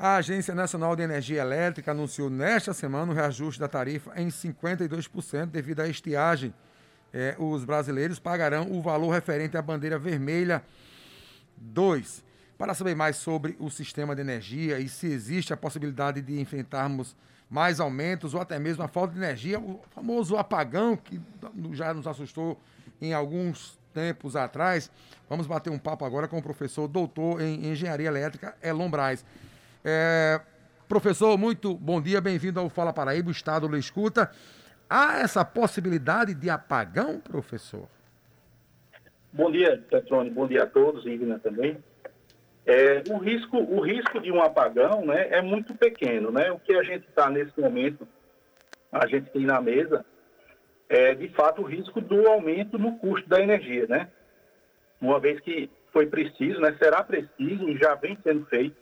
A Agência Nacional de Energia Elétrica anunciou nesta semana o reajuste da tarifa em 52% devido à estiagem. Os brasileiros pagarão o valor referente à bandeira vermelha 2. Para saber mais sobre o sistema de energia e se existe a possibilidade de enfrentarmos mais aumentos ou até mesmo a falta de energia, o famoso apagão que já nos assustou em alguns tempos atrás, vamos bater um papo agora com o professor doutor em Engenharia Elétrica, Elon Braz. Professor, muito bom dia, bem-vindo ao Fala Paraíba, o Estado lhe escuta. Há essa possibilidade de apagão, professor? Bom dia, Petrone, bom dia a todos, Igna também. O risco de um apagão, né, é muito pequeno, né? O que a gente está nesse momento, a gente tem na mesa, de fato o risco do aumento no custo da energia, né? Uma vez que foi preciso, né, será preciso e já vem sendo feito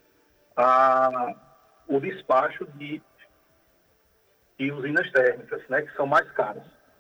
o despacho de usinas térmicas, né, que são mais caras.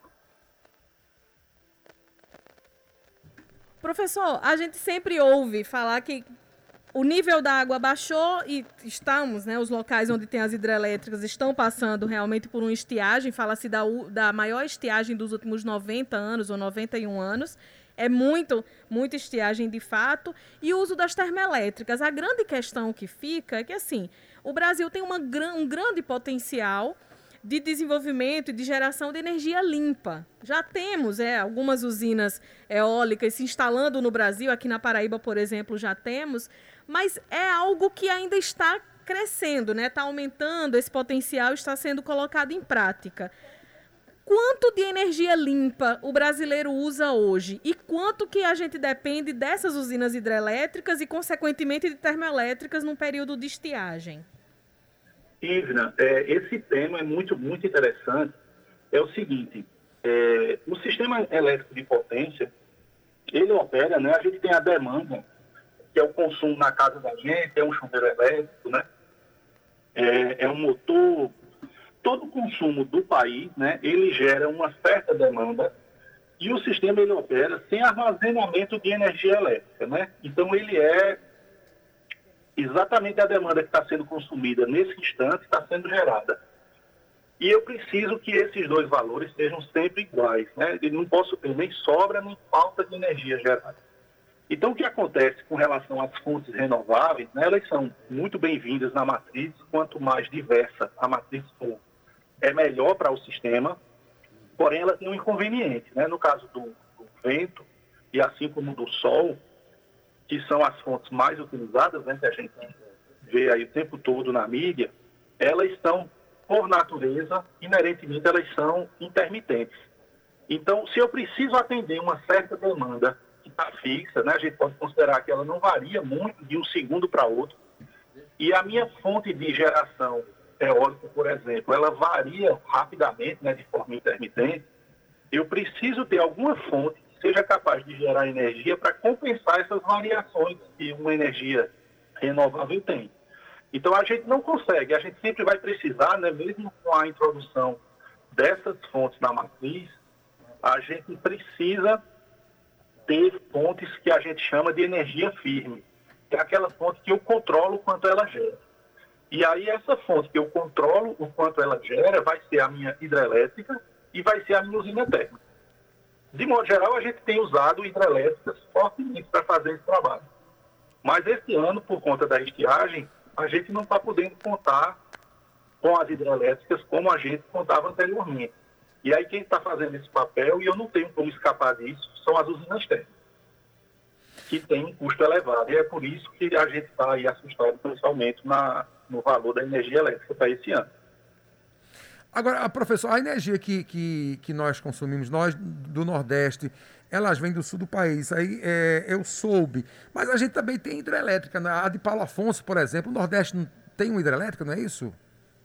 Professor, a gente sempre ouve falar que o nível da água baixou e estamos, né, os locais onde tem as hidrelétricas estão passando realmente por uma estiagem, fala-se da maior estiagem dos últimos 90 anos ou 91 anos, é muita estiagem de fato, e o uso das termoelétricas. A grande questão que fica é que, assim, o Brasil tem um grande potencial de desenvolvimento e de geração de energia limpa. Já temos algumas usinas eólicas se instalando no Brasil, aqui na Paraíba, por exemplo, já temos, mas é algo que ainda está crescendo, né? Está aumentando, esse potencial está sendo colocado em prática. Quanto de energia limpa o brasileiro usa hoje e quanto que a gente depende dessas usinas hidrelétricas e, consequentemente, de termoelétricas num período de estiagem? Ivna, esse tema é muito, muito interessante. É o seguinte, o sistema elétrico de potência, ele opera, né? A gente tem a demanda, que é o consumo na casa da gente, é um chuveiro elétrico, né? É um motor. Todo o consumo do país, né, ele gera uma certa demanda e o sistema ele opera sem armazenamento de energia elétrica, né? Então ele é exatamente a demanda que está sendo consumida nesse instante está sendo gerada. E eu preciso que esses dois valores sejam sempre iguais, né? Eu não posso ter nem sobra nem falta de energia gerada. Então o que acontece com relação às fontes renováveis, né, elas são muito bem-vindas na matriz, quanto mais diversa a matriz for, é melhor para o sistema, porém ela tem um inconveniente, né? No caso do vento e assim como do sol, que são as fontes mais utilizadas, né, que a gente vê aí o tempo todo na mídia, elas são, por natureza, inerentemente, elas são intermitentes. Então, se eu preciso atender uma certa demanda que está fixa, né, a gente pode considerar que ela não varia muito de um segundo para outro, e a minha fonte de geração eólica, por exemplo, ela varia rapidamente, né, de forma intermitente, eu preciso ter alguma fonte seja capaz de gerar energia para compensar essas variações que uma energia renovável tem. Então a gente não consegue, a gente sempre vai precisar, né, mesmo com a introdução dessas fontes na matriz, a gente precisa ter fontes que a gente chama de energia firme, que é aquela fonte que eu controlo o quanto ela gera. E aí essa fonte que eu controlo o quanto ela gera vai ser a minha hidrelétrica e vai ser a minha usina térmica. De modo geral, a gente tem usado hidrelétricas fortemente para fazer esse trabalho. Mas esse ano, por conta da estiagem, a gente não está podendo contar com as hidrelétricas como a gente contava anteriormente. E aí quem está fazendo esse papel, e eu não tenho como escapar disso, são as usinas térmicas, que têm um custo elevado. E é por isso que a gente está aí assustado com esse aumento no valor da energia elétrica para esse ano. Agora, professor, a energia que nós consumimos, nós do Nordeste, elas vêm do sul do país, aí eu soube. Mas a gente também tem hidrelétrica, né? A de Paulo Afonso, por exemplo, o Nordeste não tem uma hidrelétrica, não é isso?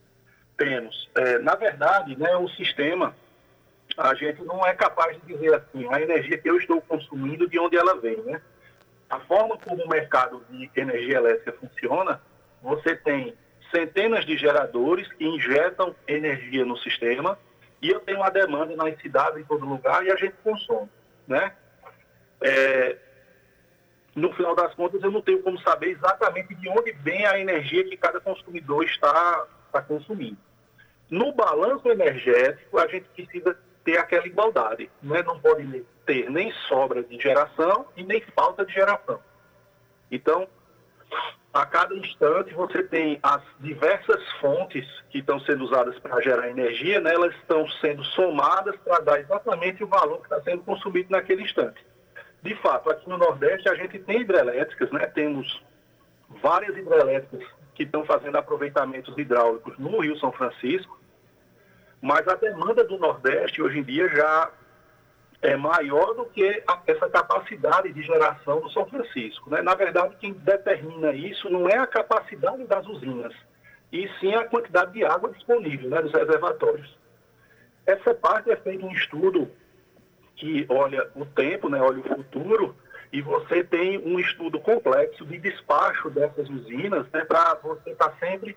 Temos. Na verdade, né, o sistema, a gente não é capaz de dizer assim, a energia que eu estou consumindo, de onde ela vem, né? A forma como o mercado de energia elétrica funciona, você tem centenas de geradores que injetam energia no sistema e eu tenho a demanda nas cidades, em todo lugar, e a gente consome, né? no final das contas, eu não tenho como saber exatamente de onde vem a energia que cada consumidor está consumindo. No balanço energético, a gente precisa ter aquela igualdade, né? Não pode ter nem sobra de geração e nem falta de geração. Então, a cada instante você tem as diversas fontes que estão sendo usadas para gerar energia, né? Elas estão sendo somadas para dar exatamente o valor que está sendo consumido naquele instante. De fato, aqui no Nordeste a gente tem hidrelétricas, né? Temos várias hidrelétricas que estão fazendo aproveitamentos hidráulicos no Rio São Francisco, mas a demanda do Nordeste hoje em dia já é maior do que essa capacidade de geração do São Francisco, né? Na verdade, quem determina isso não é a capacidade das usinas, e sim a quantidade de água disponível, né, nos reservatórios. Essa parte é feito um estudo que olha o tempo, né, olha o futuro, e você tem um estudo complexo de despacho dessas usinas, né, para você estar sempre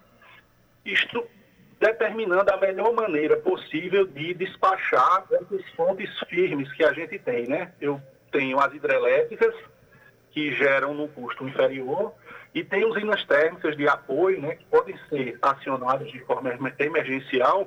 determinando a melhor maneira possível de despachar essas fontes firmes que a gente tem, né? Eu tenho as hidrelétricas, que geram num custo inferior, e tem usinas térmicas de apoio, né, que podem ser acionadas de forma emergencial,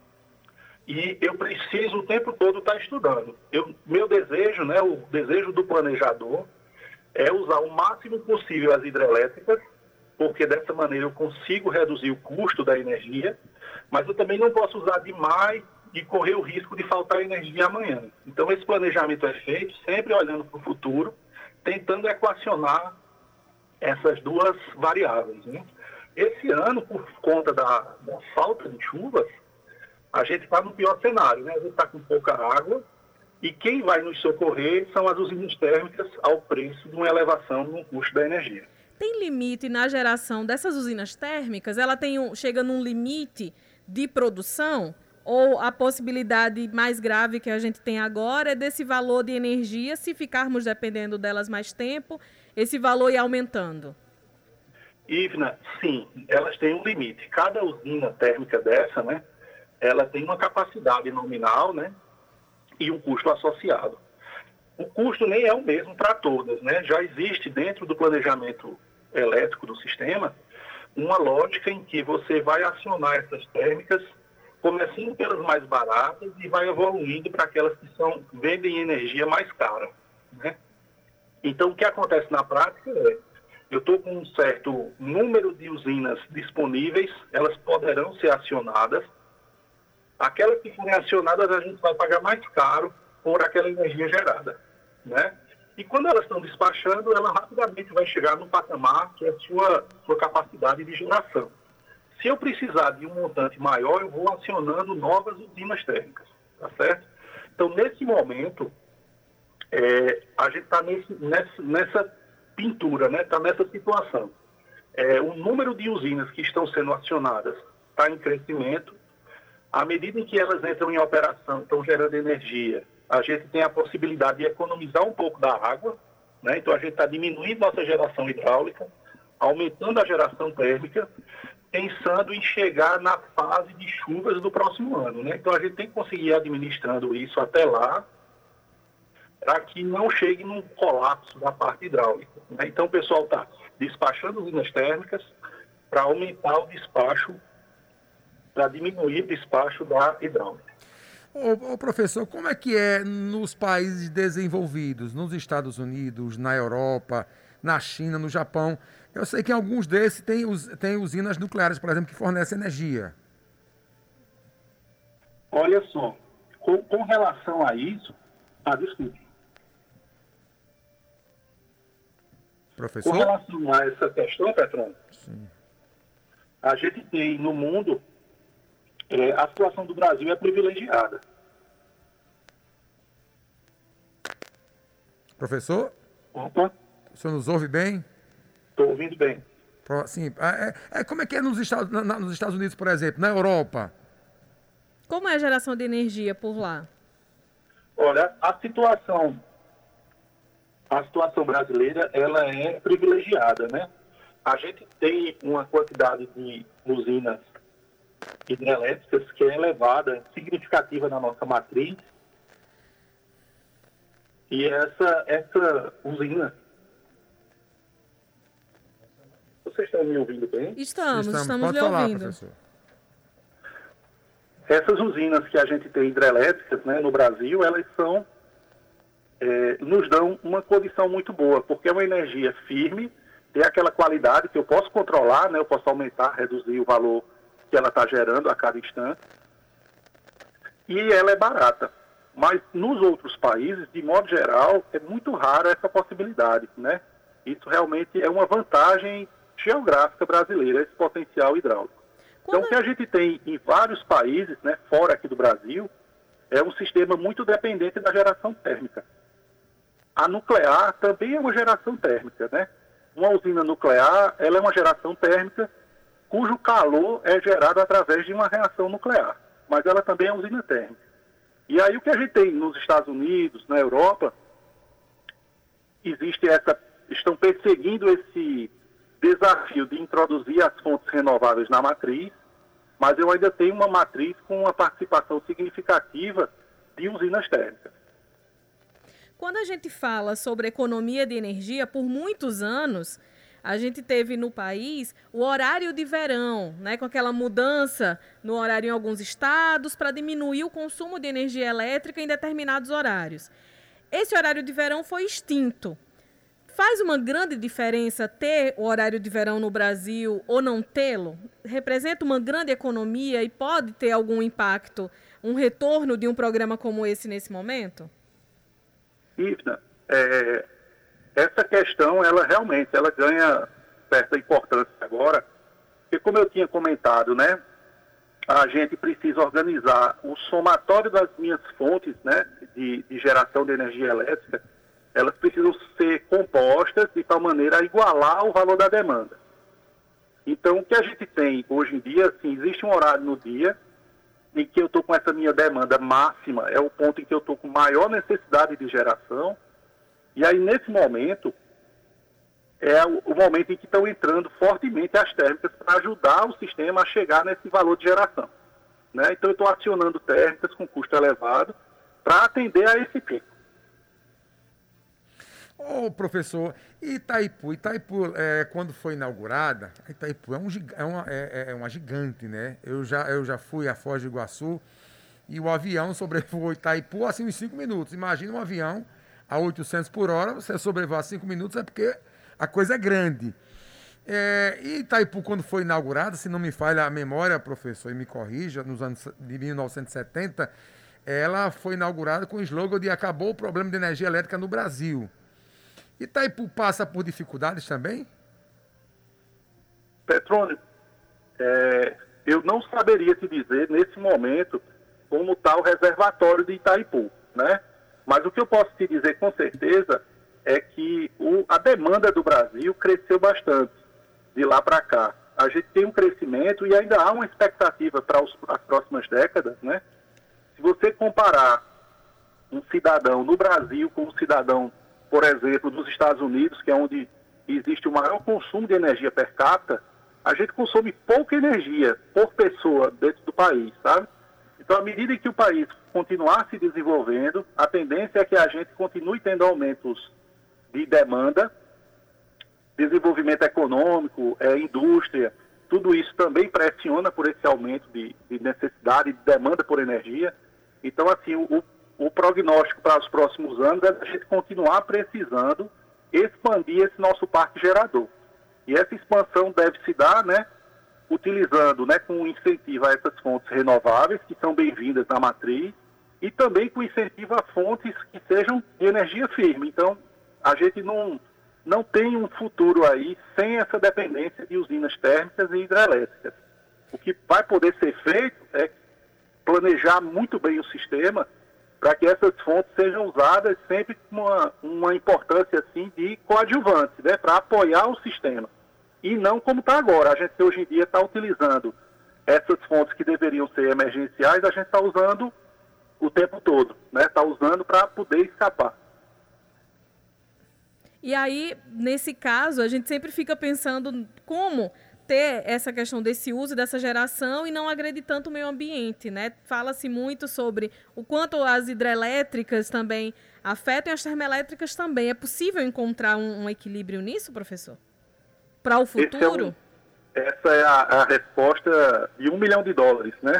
e eu preciso o tempo todo estar estudando. Meu desejo, né, o desejo do planejador, é usar o máximo possível as hidrelétricas, porque dessa maneira eu consigo reduzir o custo da energia, mas eu também não posso usar demais e correr o risco de faltar energia amanhã. Então, esse planejamento é feito sempre olhando para o futuro, tentando equacionar essas duas variáveis, né? Esse ano, por conta da falta de chuvas, a gente está no pior cenário, né? A gente está com pouca água e quem vai nos socorrer são as usinas térmicas ao preço de uma elevação no custo da energia. Tem limite na geração dessas usinas térmicas? Ela chega num limite de produção? Ou a possibilidade mais grave que a gente tem agora é desse valor de energia, se ficarmos dependendo delas mais tempo, esse valor ir aumentando? Ivna, sim, elas têm um limite. Cada usina térmica dessa, né, ela tem uma capacidade nominal, né, e um custo associado. O custo nem é o mesmo para todas, né? Já existe dentro do planejamento elétrico do sistema uma lógica em que você vai acionar essas térmicas, começando pelas mais baratas e vai evoluindo para aquelas que vendem energia mais cara, né? Então, o que acontece na prática é, eu estou com um certo número de usinas disponíveis, elas poderão ser acionadas. Aquelas que forem acionadas, a gente vai pagar mais caro por aquela energia gerada, né? E quando elas estão despachando, ela rapidamente vai chegar no patamar que é a sua capacidade de geração. Se eu precisar de um montante maior, eu vou acionando novas usinas térmicas, tá certo? Então, nesse momento, a gente está nessa pintura, né? Está nessa situação. O número de usinas que estão sendo acionadas está em crescimento. À medida em que elas entram em operação, estão gerando energia, a gente tem a possibilidade de economizar um pouco da água, né? Então a gente está diminuindo nossa geração hidráulica, aumentando a geração térmica, pensando em chegar na fase de chuvas do próximo ano, né? Então a gente tem que conseguir ir administrando isso até lá, para que não chegue num colapso da parte hidráulica, né? Então o pessoal está despachando usinas térmicas para aumentar o despacho, para diminuir o despacho da hidráulica. Ô, professor, como é que é nos países desenvolvidos, nos Estados Unidos, na Europa, na China, no Japão? Eu sei que alguns desses têm usinas nucleares, por exemplo, que fornecem energia. Olha só, com relação a isso... desculpe. Professor? Com relação a essa questão, Petrônio, Sim. A gente tem no mundo... a situação do Brasil é privilegiada. Professor? Opa, O senhor nos ouve bem? estou ouvindo bem. Sim. Como é que é nos Estados Unidos, por exemplo, na Europa? Como é a geração de energia por lá? Olha, a situação brasileira, ela é privilegiada, né? A gente tem uma quantidade de usinas hidrelétricas que é elevada, significativa na nossa matriz. E essa usina, Vocês estão me ouvindo bem? Estamos Pode lhe falar, ouvindo. professor. Essas usinas que a gente tem hidrelétricas, né, no Brasil, elas nos dão uma condição muito boa, porque é uma energia firme, tem aquela qualidade que eu posso controlar, né, eu posso aumentar, reduzir o valor que ela está gerando a cada instante, e ela é barata. Mas nos outros países, de modo geral, é muito rara essa possibilidade, né? Isso realmente é uma vantagem geográfica brasileira, esse potencial hidráulico. Então, o que a gente tem em vários países, né, fora aqui do Brasil, é um sistema muito dependente da geração térmica. A nuclear também é uma geração térmica, né? Uma usina nuclear, ela é uma geração térmica cujo calor é gerado através de uma reação nuclear, mas ela também é uma usina térmica. E aí o que a gente tem nos Estados Unidos, na Europa, estão perseguindo esse desafio de introduzir as fontes renováveis na matriz, mas eu ainda tenho uma matriz com uma participação significativa de usinas térmicas. Quando a gente fala sobre economia de energia, por muitos anos, a gente teve no país o horário de verão, né, com aquela mudança no horário em alguns estados para diminuir o consumo de energia elétrica em determinados horários. Esse horário de verão foi extinto. Faz uma grande diferença ter o horário de verão no Brasil ou não tê-lo? Representa uma grande economia e pode ter algum impacto, um retorno de um programa como esse nesse momento? Ivna, essa questão, ela realmente ganha certa importância agora, porque como eu tinha comentado, né, a gente precisa organizar o somatório das minhas fontes, né, de geração de energia elétrica, elas precisam ser compostas de tal maneira a igualar o valor da demanda. Então, o que a gente tem hoje em dia, assim, existe um horário no dia em que eu estou com essa minha demanda máxima, é o ponto em que eu estou com maior necessidade de geração, e aí, nesse momento, é o momento em que estão entrando fortemente as térmicas para ajudar o sistema a chegar nesse valor de geração, né? Então, eu estou acionando térmicas com custo elevado para atender a esse pico. Ô, professor, Itaipu, quando foi inaugurada, Itaipu é uma gigante, né? Eu já fui a Foz do Iguaçu e o avião sobrevoou Itaipu assim uns 5 minutos. Imagina um avião a 800 por hora, você sobrevoar 5 minutos é porque a coisa é grande. E Itaipu, quando foi inaugurada, se não me falha a memória, professor, e me corrija, nos anos de 1970, ela foi inaugurada com o slogan de acabou o problema de energia elétrica no Brasil. Itaipu passa por dificuldades também? Petrônio, eu não saberia te dizer nesse momento como está o reservatório de Itaipu, né? Mas o que eu posso te dizer com certeza é que a demanda do Brasil cresceu bastante de lá para cá. A gente tem um crescimento e ainda há uma expectativa para as próximas décadas, né? Se você comparar um cidadão no Brasil com um cidadão, por exemplo, dos Estados Unidos, que é onde existe o maior consumo de energia per capita, a gente consome pouca energia por pessoa dentro do país, sabe? Então, à medida em que o país continuar se desenvolvendo, a tendência é que a gente continue tendo aumentos de demanda, desenvolvimento econômico, indústria, tudo isso também pressiona por esse aumento de necessidade, de demanda por energia. Então, assim, o prognóstico para os próximos anos é a gente continuar precisando expandir esse nosso parque gerador. E essa expansão deve se dar, né, utilizando, né, com incentivo a essas fontes renováveis, que são bem-vindas na matriz, e também com incentivo a fontes que sejam de energia firme. Então, a gente não tem um futuro aí sem essa dependência de usinas térmicas e hidrelétricas. O que vai poder ser feito é planejar muito bem o sistema para que essas fontes sejam usadas sempre com uma importância assim, de coadjuvante, né, para apoiar o sistema. E não como está agora. A gente hoje em dia está utilizando essas fontes que deveriam ser emergenciais, a gente está usando o tempo todo, né? Está usando para poder escapar. E aí, nesse caso, a gente sempre fica pensando como ter essa questão desse uso, dessa geração e não agredir tanto o meio ambiente, né? Fala-se muito sobre o quanto as hidrelétricas também afetam e as termoelétricas também. É possível encontrar um equilíbrio nisso, professor? para o futuro? Essa é a resposta de $1 milhão, né?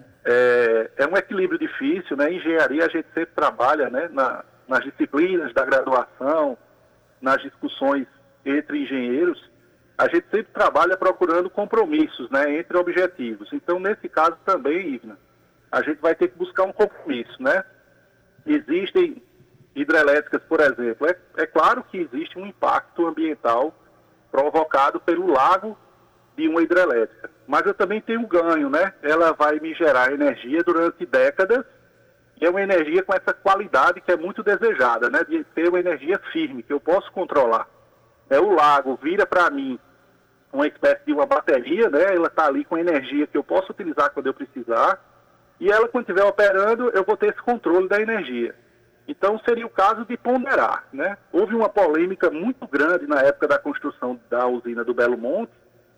É um equilíbrio difícil, né? Em engenharia a gente sempre trabalha, né, nas disciplinas da graduação, nas discussões entre engenheiros, a gente sempre trabalha procurando compromissos, né, entre objetivos. Então, nesse caso também, Ivna, a gente vai ter que buscar um compromisso, né? Existem hidrelétricas, por exemplo. É claro que existe um impacto ambiental provocado pelo lago de uma hidrelétrica. Mas eu também tenho ganho, né? Ela vai me gerar energia durante décadas e é uma energia com essa qualidade que é muito desejada, né? De ter uma energia firme, que eu posso controlar. O lago vira para mim uma espécie de uma bateria, né? Ela está ali com energia que eu posso utilizar quando eu precisar e ela, quando estiver operando, eu vou ter esse controle da energia. Então, seria o caso de ponderar, né? Houve uma polêmica muito grande na época da construção da usina do Belo Monte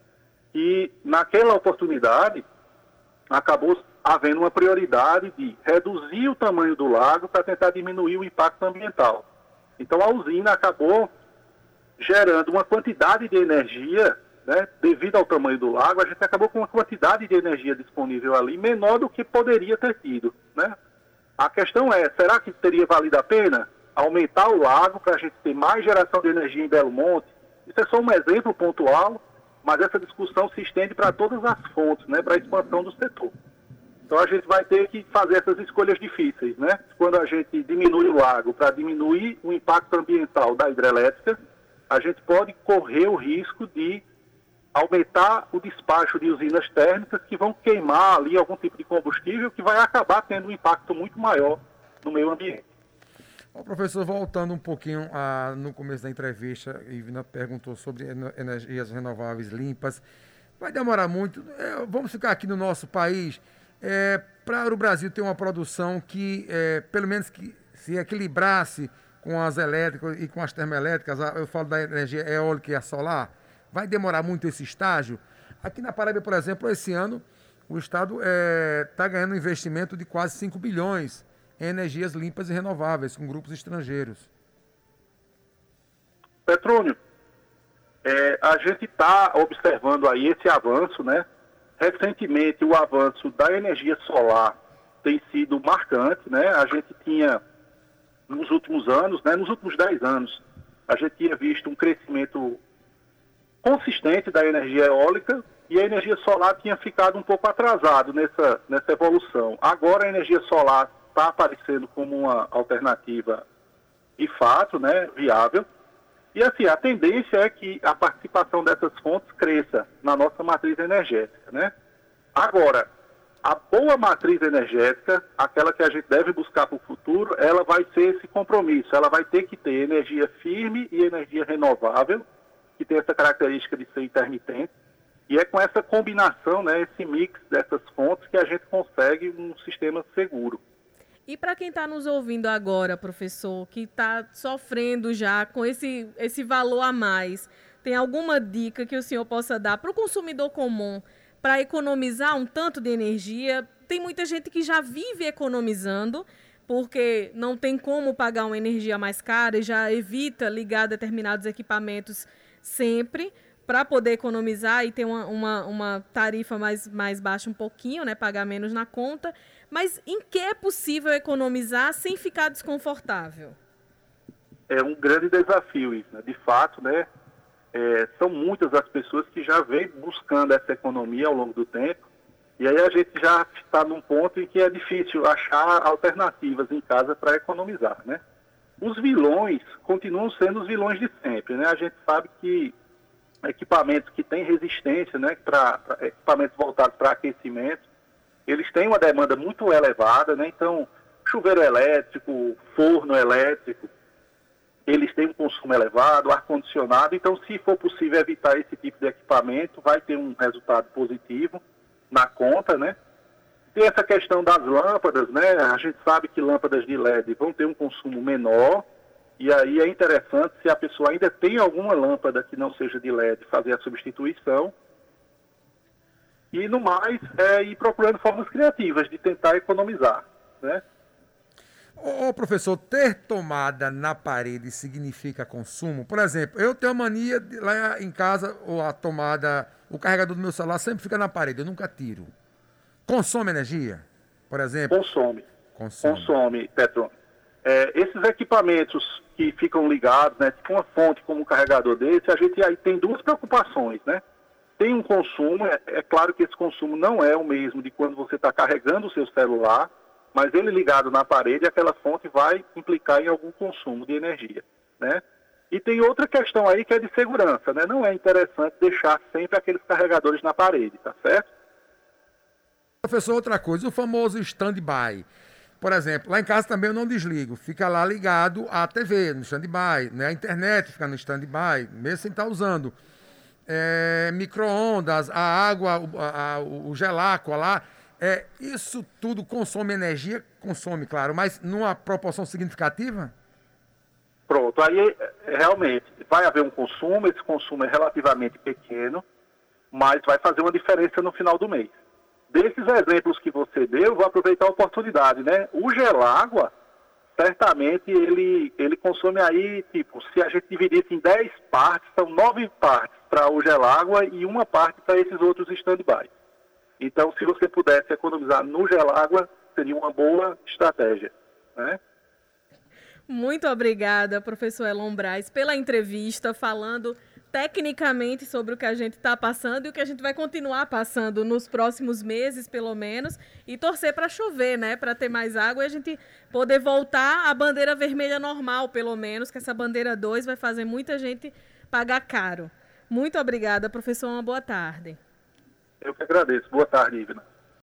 e, naquela oportunidade, acabou havendo uma prioridade de reduzir o tamanho do lago para tentar diminuir o impacto ambiental. Então, a usina acabou gerando uma quantidade de energia, né? Devido ao tamanho do lago, a gente acabou com uma quantidade de energia disponível ali menor do que poderia ter tido, né? A questão é, será que teria valido a pena aumentar o lago para a gente ter mais geração de energia em Belo Monte? Isso é só um exemplo pontual, mas essa discussão se estende para todas as fontes, né, para a expansão do setor. Então a gente vai ter que fazer essas escolhas difíceis, né? Quando a gente diminui o lago para diminuir o impacto ambiental da hidrelétrica, a gente pode correr o risco de aumentar o despacho de usinas térmicas que vão queimar ali algum tipo de combustível que vai acabar tendo um impacto muito maior no meio ambiente. Bom, professor, voltando um pouquinho no começo da entrevista, Ivna perguntou sobre energias renováveis limpas. Vai demorar muito. Vamos ficar aqui no nosso país. Para o Brasil ter uma produção que, pelo menos, que se equilibrasse com as elétricas e com as termoelétricas, eu falo da energia eólica e a solar, vai demorar muito esse estágio? Aqui na Paraíba, por exemplo, esse ano, o Estado está ganhando um investimento de quase 5 bilhões em energias limpas e renováveis, com grupos estrangeiros. Petrônio, a gente está observando aí esse avanço, né? Recentemente, o avanço da energia solar tem sido marcante, né? A gente tinha, nos últimos anos, né, nos últimos 10 anos, a gente tinha visto um crescimento consistente da energia eólica e a energia solar tinha ficado um pouco atrasado nessa evolução. Agora a energia solar está aparecendo como uma alternativa de fato, né, viável. E assim, a tendência é que a participação dessas fontes cresça na nossa matriz energética, né? Agora, a boa matriz energética, aquela que a gente deve buscar para o futuro, ela vai ser esse compromisso. Ela vai ter que ter energia firme e energia renovável, que tem essa característica de ser intermitente, e é com essa combinação, né, esse mix dessas fontes que a gente consegue um sistema seguro. E para quem está nos ouvindo agora, professor, que está sofrendo já com esse valor a mais, tem alguma dica que o senhor possa dar para o consumidor comum para economizar um tanto de energia? Tem muita gente que já vive economizando, porque não tem como pagar uma energia mais cara e já evita ligar determinados equipamentos sempre para poder economizar e ter uma tarifa mais baixa um pouquinho, né, pagar menos na conta. Mas em que é possível economizar sem ficar desconfortável? É um grande desafio isso, né? De fato, né? São muitas as pessoas que já vêm buscando essa economia ao longo do tempo, e aí a gente já está num ponto em que é difícil achar alternativas em casa para economizar, né? Os vilões continuam sendo os vilões de sempre, né? A gente sabe que equipamentos que têm resistência, né, equipamentos voltados para aquecimento, eles têm uma demanda muito elevada, né? Então, chuveiro elétrico, forno elétrico, eles têm um consumo elevado, ar-condicionado. Então, se for possível evitar esse tipo de equipamento, vai ter um resultado positivo na conta, né? Tem essa questão das lâmpadas, né? A gente sabe que lâmpadas de LED vão ter um consumo menor, e aí é interessante, se a pessoa ainda tem alguma lâmpada que não seja de LED, fazer a substituição. E, no mais, ir procurando formas criativas de tentar economizar, né? Ô, professor, ter tomada na parede significa consumo? Por exemplo, eu tenho a mania de, lá em casa, ou a tomada, o carregador do meu celular sempre fica na parede, eu nunca tiro. Consome energia, por exemplo? Consome, Petrônio. Esses equipamentos que ficam ligados, né, com uma fonte como um carregador desse, a gente aí tem duas preocupações, né? Tem um consumo, é claro que esse consumo não é o mesmo de quando você está carregando o seu celular, mas ele ligado na parede, aquela fonte vai implicar em algum consumo de energia, né? E tem outra questão aí que é de segurança, né? Não é interessante deixar sempre aqueles carregadores na parede, tá certo? Professor, outra coisa, o famoso stand-by. Por exemplo, lá em casa também eu não desligo, fica lá ligado à TV, no stand-by, né? A internet fica no stand-by, mesmo sem estar usando. Micro-ondas, a água, o gelaco lá, isso tudo consome energia? Consome, claro, mas numa proporção significativa? Pronto, aí realmente vai haver um consumo, esse consumo é relativamente pequeno, mas vai fazer uma diferença no final do mês. Desses exemplos que você deu, vou aproveitar a oportunidade, né? O gelágua, certamente ele consome aí, tipo, se a gente dividisse em 10 partes, são 9 partes para o gelágua e uma parte para esses outros stand-by. Então, se você pudesse economizar no gelágua, seria uma boa estratégia, né? Muito obrigada, professor Elon Braz, pela entrevista, falando tecnicamente sobre o que a gente está passando e o que a gente vai continuar passando nos próximos meses, pelo menos, e torcer para chover, né? Para ter mais água e a gente poder voltar à bandeira vermelha normal, pelo menos, que essa bandeira 2 vai fazer muita gente pagar caro. Muito obrigada, professor. Uma boa tarde. Eu que agradeço. Boa tarde, Ivna.